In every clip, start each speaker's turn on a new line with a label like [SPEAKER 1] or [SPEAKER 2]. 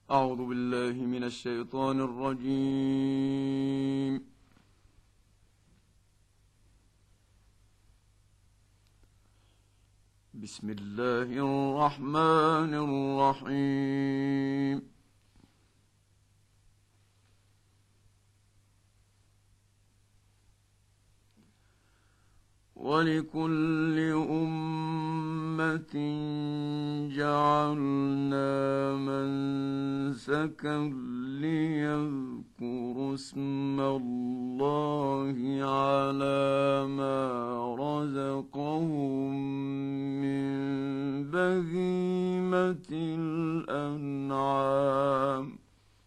[SPEAKER 1] أعوذ بالله من الشيطان الرجيم. بسم الله الرحمن الرحيم. ولكل أمة جعلنا منسكا ليذكروا اسم الله على ما رزقهم من بهيمة الأنعام.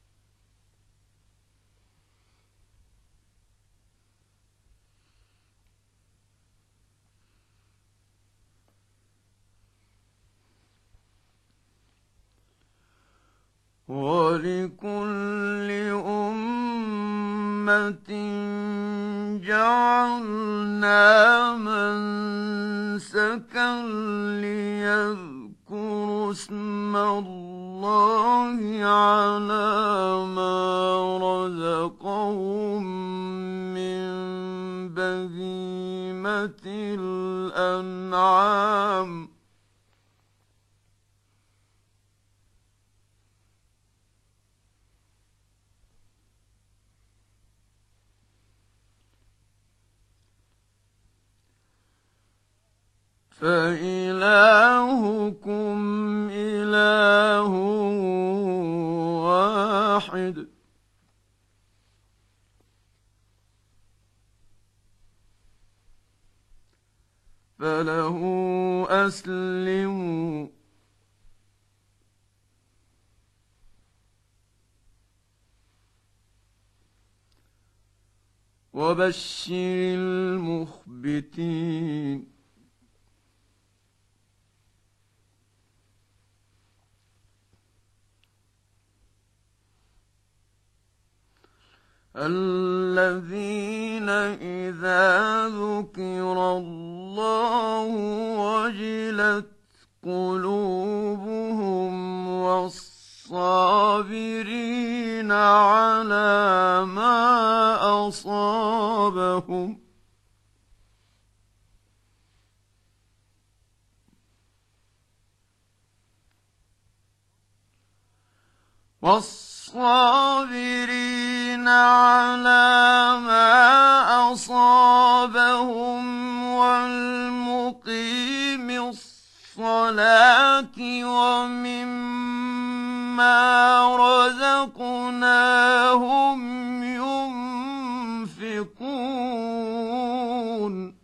[SPEAKER 1] ولكل أمة جعلنا منسكا ليذكروا اسم الله على ما رزقهم من بهيمة الأنعام. فإلهكم إله واحد فله أسلموا وبشر المخبتين. الذين إذا ذكر الله وجلت قلوبهم والصابرين على ما أصابهم والمقيم الصلاة ومما رزقناهم ينفقون.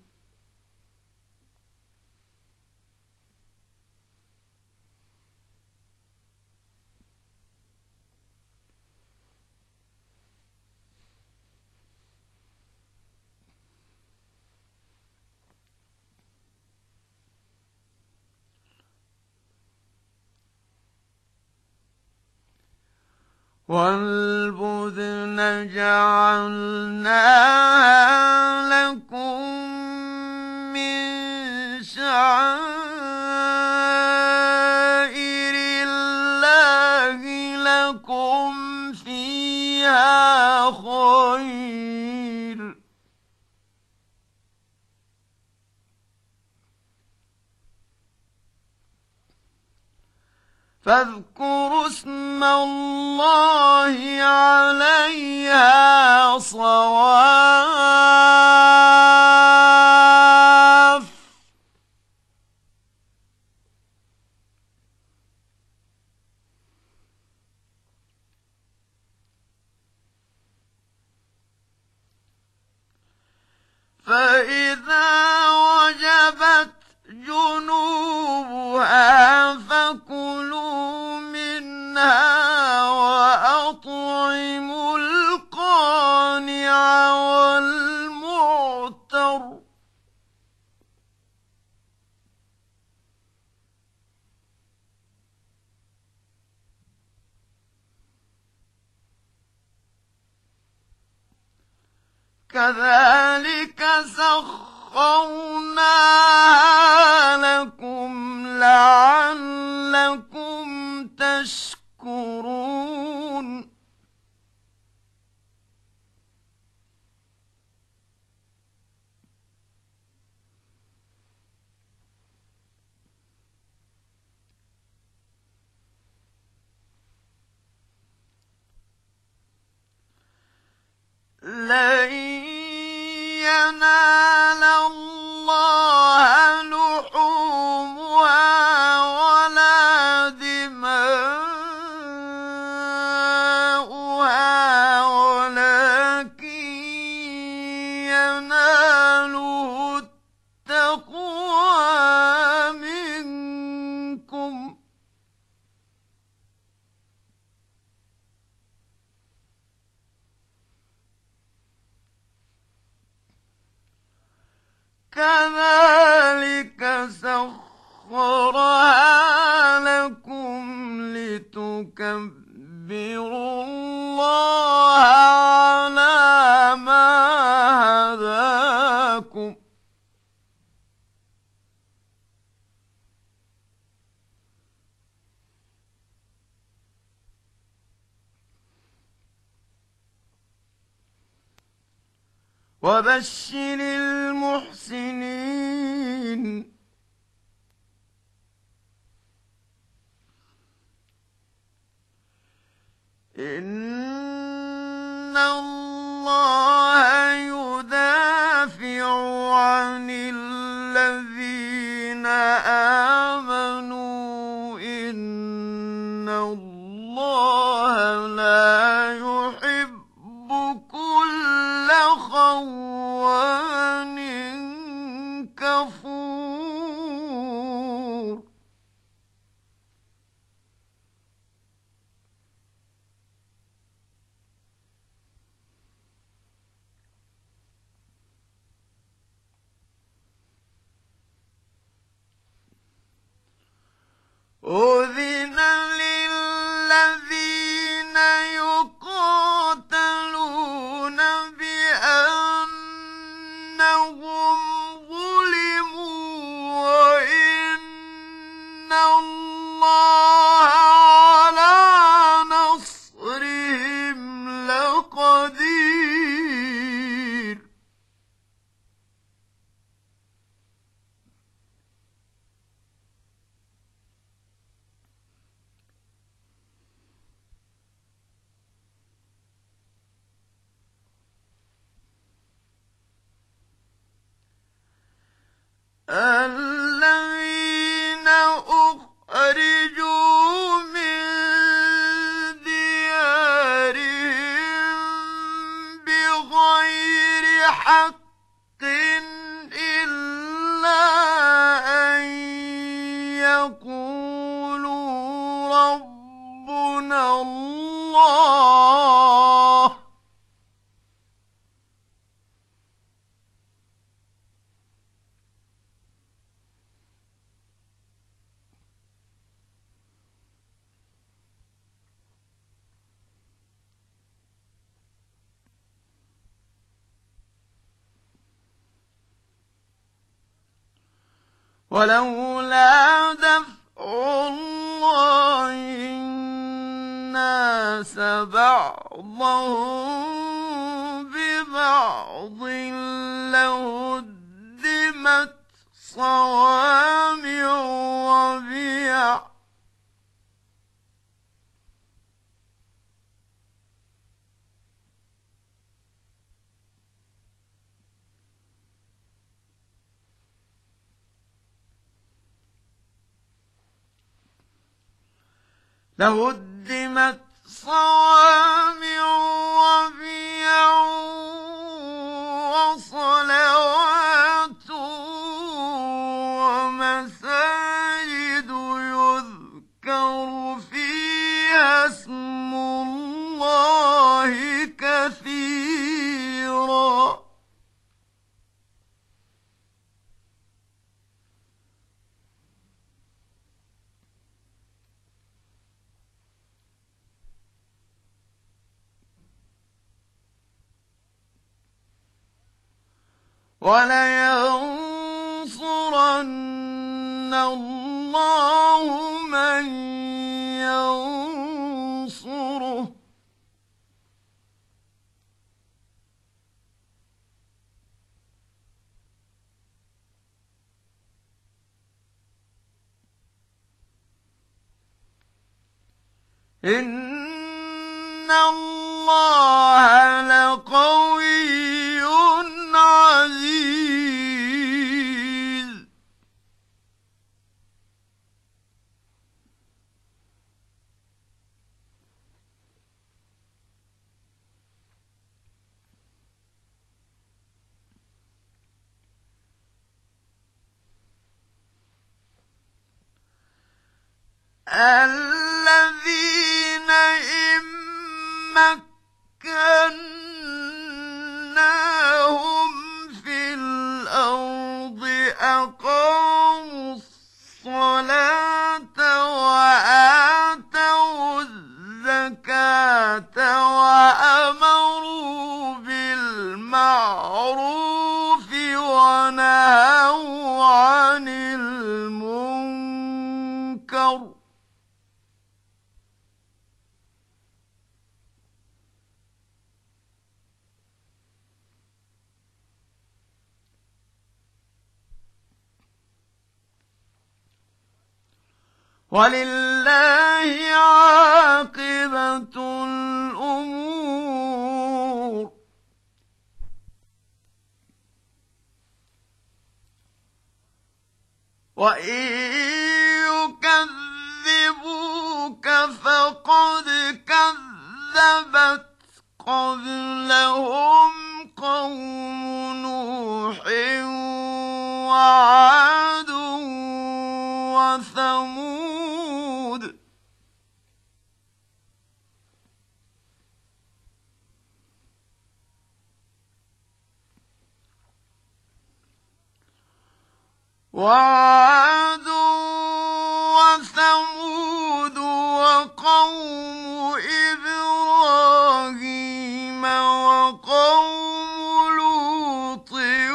[SPEAKER 1] والبدن جعلناها لكم من شعائر الله لكم فيها خير فاذكروا اسم الله عليها صواف فإذا وجبت جنوبها فكلوا منها وأطعموا القانع والمعتر كذلك سخرناها لكم لعلكم تشكرون. كذلك سخرها لكم لتكبروا الله على ما هداكم وبشر المحسنين إن الله يدافع عن الذين آمنوا إن الله لا يحب كل خوان كفور أذن للذين يقاتلون بأنهم ظلموا وإن الله على نصرهم لقدير الذين أخرجوا من ديارهم بغير حق إلا أن يقولوا ربنا الله ولولا دفع الله الناس بعضهم ببعض لهدمت صوامع وبيع وبيع وصلوات ومساجد يذكر فيها اسم الله كثيرا ولينصرن الله من ينصره إن الله لقوي عزيز الذين إن مكناهم في الأرض النار ولله عاقبة الأمور وإن يكذبوك فقد كذبت قبلهم قوم نوح وعاد وثمود وقوم إبراهيم وقوم لوط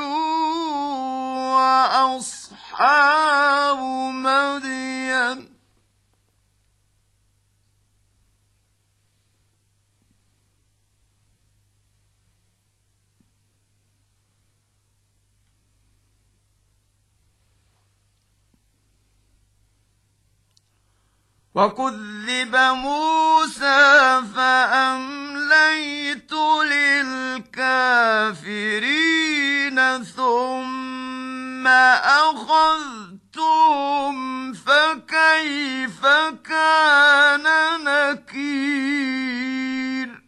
[SPEAKER 1] وأصحاب مدين وكذب موسى فأمليت للكافرين ثم أخذتهم فكيف كان نكير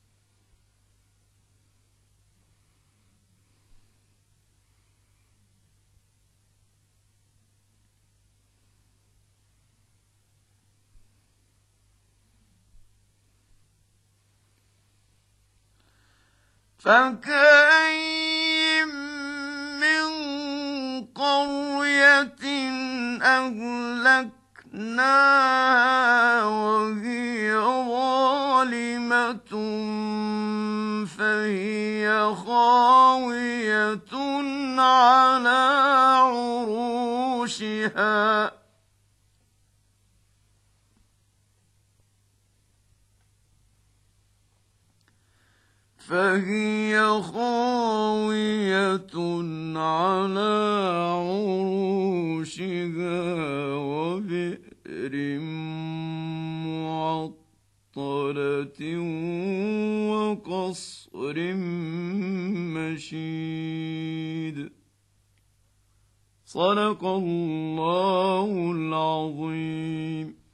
[SPEAKER 1] فكأين من قرية أهلكناها وهي ظالمة فهي خاوية على عروشها وبئر معطلة وقصر مشيد. صدق الله العظيم.